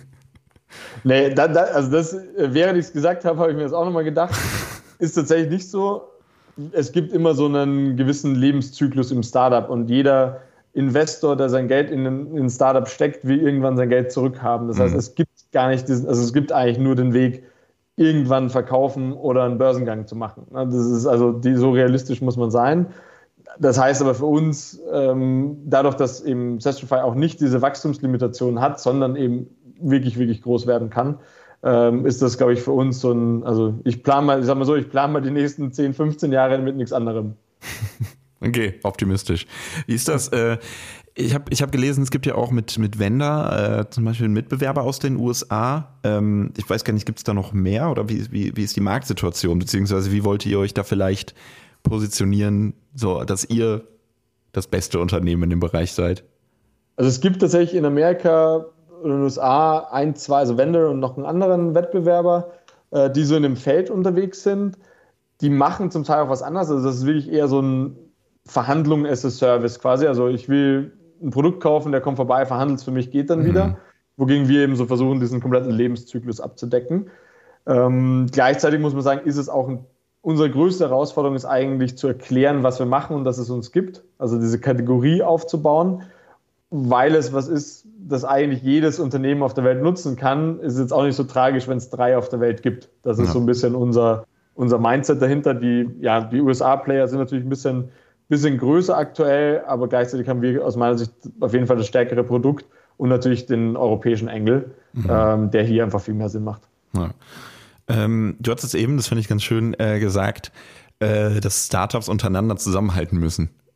Speaker 3: Nee, da, da, also das, während ich es gesagt habe, habe ich mir das auch nochmal gedacht. Ist tatsächlich nicht so. Es gibt immer so einen gewissen Lebenszyklus im Startup, und jeder Investor, der sein Geld in ein Startup steckt, will irgendwann sein Geld zurückhaben. Das heißt, mhm. es gibt gar nicht diesen, also es gibt eigentlich nur den Weg, irgendwann verkaufen oder einen Börsengang zu machen. Das ist also, die, so realistisch muss man sein. Das heißt aber für uns, ähm, dadurch, dass eben Sestrify auch nicht diese Wachstumslimitation hat, sondern eben wirklich, wirklich groß werden kann, ähm, ist das, glaube ich, für uns so ein, also ich plane mal, ich sag mal so, ich plane mal die nächsten zehn, fünfzehn Jahre mit nichts anderem.
Speaker 2: Okay, optimistisch. Wie ist das? Äh, ich habe ich hab gelesen, es gibt ja auch mit, mit Vendor äh, zum Beispiel einen Mitbewerber aus den U S A. Ähm, ich weiß gar nicht, gibt es da noch mehr, oder wie, wie, wie ist die Marktsituation? Beziehungsweise wie wollt ihr euch da vielleicht positionieren, so dass ihr das beste Unternehmen in dem Bereich seid?
Speaker 3: Also es gibt tatsächlich in Amerika oder in den U S A ein, zwei, also Vendor und noch einen anderen Wettbewerber, äh, die so in dem Feld unterwegs sind. Die machen zum Teil auch was anderes. Also das ist wirklich eher so ein Verhandlung as a Service quasi. Also ich will ein Produkt kaufen, der kommt vorbei, verhandelt es für mich, geht dann mhm. wieder. Wogegen wir eben so versuchen, diesen kompletten Lebenszyklus abzudecken. Ähm, gleichzeitig muss man sagen, ist es auch ein, unsere größte Herausforderung ist eigentlich zu erklären, was wir machen und dass es uns gibt. Also diese Kategorie aufzubauen, weil es was ist, das eigentlich jedes Unternehmen auf der Welt nutzen kann. Ist jetzt auch nicht so tragisch, wenn es drei auf der Welt gibt. Das ist ja so ein bisschen unser, unser Mindset dahinter. Die, ja, die U S A-Player sind natürlich ein bisschen bisschen größer aktuell, aber gleichzeitig haben wir aus meiner Sicht auf jeden Fall das stärkere Produkt und natürlich den europäischen Engel, mhm. ähm, der hier einfach viel mehr Sinn macht.
Speaker 2: Ja. Ähm, du hattest eben, das finde ich ganz schön, äh, gesagt, äh, dass Startups untereinander zusammenhalten müssen.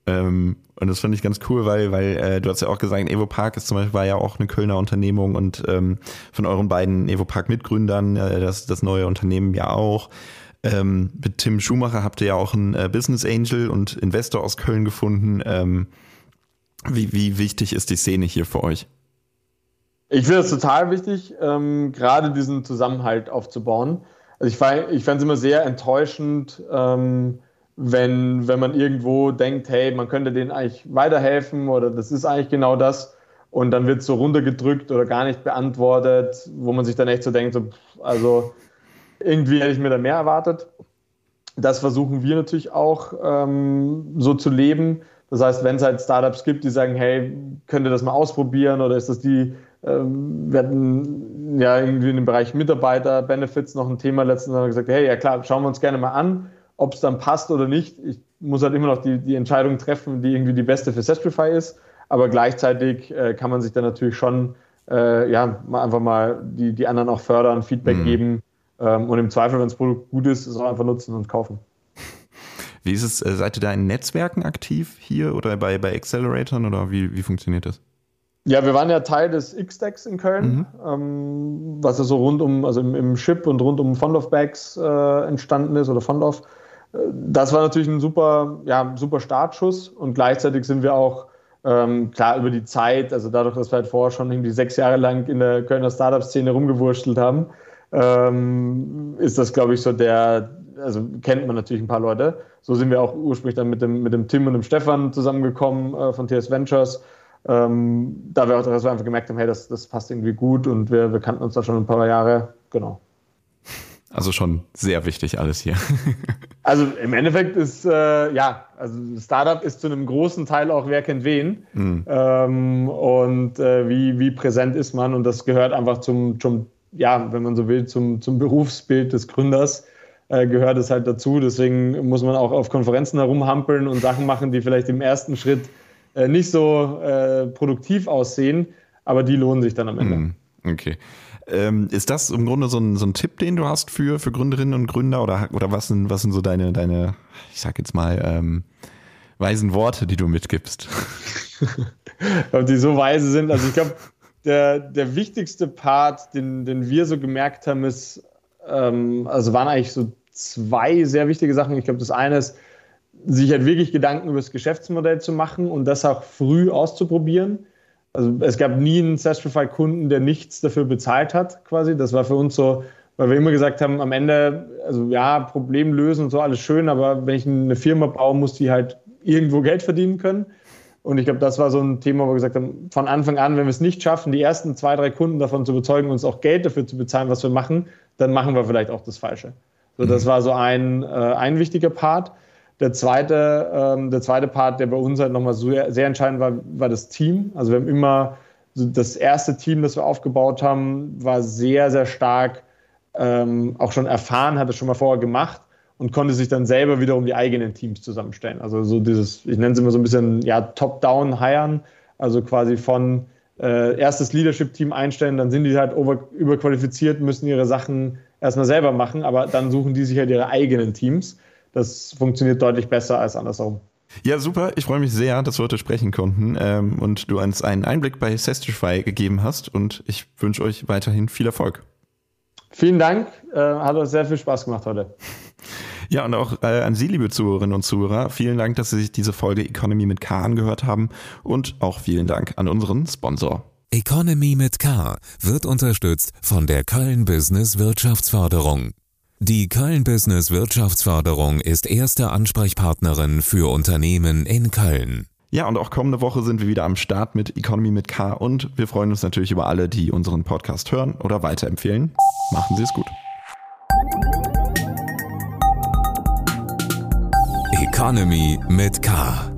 Speaker 2: Ähm, und das finde ich ganz cool, weil, weil äh, du hast ja auch gesagt, Evopark ist zum Beispiel, war ja auch eine Kölner Unternehmung und ähm, von euren beiden Evopark-Mitgründern, äh, das, das neue Unternehmen ja auch. Ähm, mit Tim Schumacher habt ihr ja auch einen äh, Business Angel und Investor aus Köln gefunden. Ähm, wie, wie wichtig ist die Szene hier für euch?
Speaker 3: Ich finde es total wichtig, ähm, gerade diesen Zusammenhalt aufzubauen. Also ich, ich fände es immer sehr enttäuschend, ähm, wenn, wenn man irgendwo denkt, hey, man könnte denen eigentlich weiterhelfen oder das ist eigentlich genau das und dann wird es so runtergedrückt oder gar nicht beantwortet, wo man sich dann echt so denkt, so, also irgendwie hätte ich mir da mehr erwartet. Das versuchen wir natürlich auch ähm, so zu leben. Das heißt, wenn es halt Startups gibt, die sagen, hey, könnt ihr das mal ausprobieren oder ist das die, ähm, wir hatten ja irgendwie in dem Bereich Mitarbeiter-Benefits noch ein Thema letztens, haben wir gesagt, hey, ja klar, schauen wir uns gerne mal an, ob es dann passt oder nicht. Ich muss halt immer noch die, die Entscheidung treffen, die irgendwie die beste für Sestrify ist, aber gleichzeitig äh, kann man sich dann natürlich schon äh, ja, mal einfach mal die, die anderen auch fördern, Feedback mhm. geben ähm, und im Zweifel, wenn das Produkt gut ist, es auch einfach nutzen und kaufen.
Speaker 2: Wie ist es, seid ihr da in Netzwerken aktiv hier oder bei, bei Acceleratoren oder wie, wie funktioniert das?
Speaker 3: Ja, wir waren ja Teil des X-Decks in Köln, mhm. ähm, was ja so rund um, also im, im Chip und rund um Fondorf-Bags äh, entstanden ist oder Fondorf. Das war natürlich ein super, ja, super Startschuss und gleichzeitig sind wir auch, ähm, klar, über die Zeit, also dadurch, dass wir halt vorher schon irgendwie sechs Jahre lang in der Kölner Startup-Szene rumgewurschtelt haben, ähm, ist das, glaube ich, so der, also kennt man natürlich ein paar Leute. So sind wir auch ursprünglich dann mit dem, mit dem Tim und dem Stefan zusammengekommen äh, von T S Ventures. Ähm, da wir auch dass wir einfach gemerkt haben, hey, das, das passt irgendwie gut und wir, wir kannten uns da schon ein paar Jahre, genau.
Speaker 2: Also schon sehr wichtig alles hier.
Speaker 3: Also im Endeffekt ist, äh, ja, also Startup ist zu einem großen Teil auch wer kennt wen mhm. ähm, und äh, wie, wie präsent ist man und das gehört einfach zum, zum ja, wenn man so will, zum, zum Berufsbild des Gründers äh, gehört es halt dazu. Deswegen muss man auch auf Konferenzen herumhampeln und Sachen machen, die vielleicht im ersten Schritt äh, nicht so äh, produktiv aussehen, aber die lohnen sich dann am Ende.
Speaker 2: Mhm. Okay. Ähm, ist das im Grunde so ein, so ein Tipp, den du hast für, für Gründerinnen und Gründer oder, oder was sind, was sind so deine, deine, ich sag jetzt mal, ähm, weisen Worte, die du mitgibst?
Speaker 3: Ob die so weise sind, also ich glaube, der, der wichtigste Part, den, den wir so gemerkt haben, ist, ähm, also waren eigentlich so zwei sehr wichtige Sachen. Ich glaube, das eine ist, sich halt wirklich Gedanken über das Geschäftsmodell zu machen und das auch früh auszuprobieren. Also es gab nie einen Sestrify-Kunden, der nichts dafür bezahlt hat, quasi. Das war für uns so, weil wir immer gesagt haben, am Ende, also ja, Problem lösen und so, alles schön, aber wenn ich eine Firma baue, muss die halt irgendwo Geld verdienen können. Und ich glaube, das war so ein Thema, wo wir gesagt haben, von Anfang an, wenn wir es nicht schaffen, die ersten zwei, drei Kunden davon zu überzeugen, uns auch Geld dafür zu bezahlen, was wir machen, dann machen wir vielleicht auch das Falsche. So, das war so ein, äh, ein wichtiger Part. Der zweite, ähm, der zweite Part, der bei uns halt nochmal sehr, sehr entscheidend war, war das Team. Also wir haben immer, so das erste Team, das wir aufgebaut haben, war sehr, sehr stark, ähm, auch schon erfahren, hat es schon mal vorher gemacht und konnte sich dann selber wiederum die eigenen Teams zusammenstellen. Also so dieses, ich nenne es immer so ein bisschen, ja, Top-Down hiren, also quasi von äh, erstes Leadership-Team einstellen, dann sind die halt over, überqualifiziert, müssen ihre Sachen erstmal selber machen, aber dann suchen die sich halt ihre eigenen Teams. Das funktioniert deutlich besser als andersrum.
Speaker 2: Ja, super. Ich freue mich sehr, dass wir heute sprechen konnten ähm, und du uns einen Einblick bei Sestrify gegeben hast und ich wünsche euch weiterhin viel Erfolg.
Speaker 3: Vielen Dank. Äh, hat uns sehr viel Spaß gemacht heute.
Speaker 2: Ja, und auch äh, an Sie, liebe Zuhörerinnen und Zuhörer, vielen Dank, dass Sie sich diese Folge Economy mit K angehört haben und auch vielen Dank an unseren Sponsor.
Speaker 1: Economy mit K wird unterstützt von der Köln Business Wirtschaftsförderung. Die Köln Business Wirtschaftsförderung ist erste Ansprechpartnerin für Unternehmen in Köln.
Speaker 2: Ja, und auch kommende Woche sind wir wieder am Start mit Economy mit K und wir freuen uns natürlich über alle, die unseren Podcast hören oder weiterempfehlen. Machen Sie es gut.
Speaker 1: Economy mit K.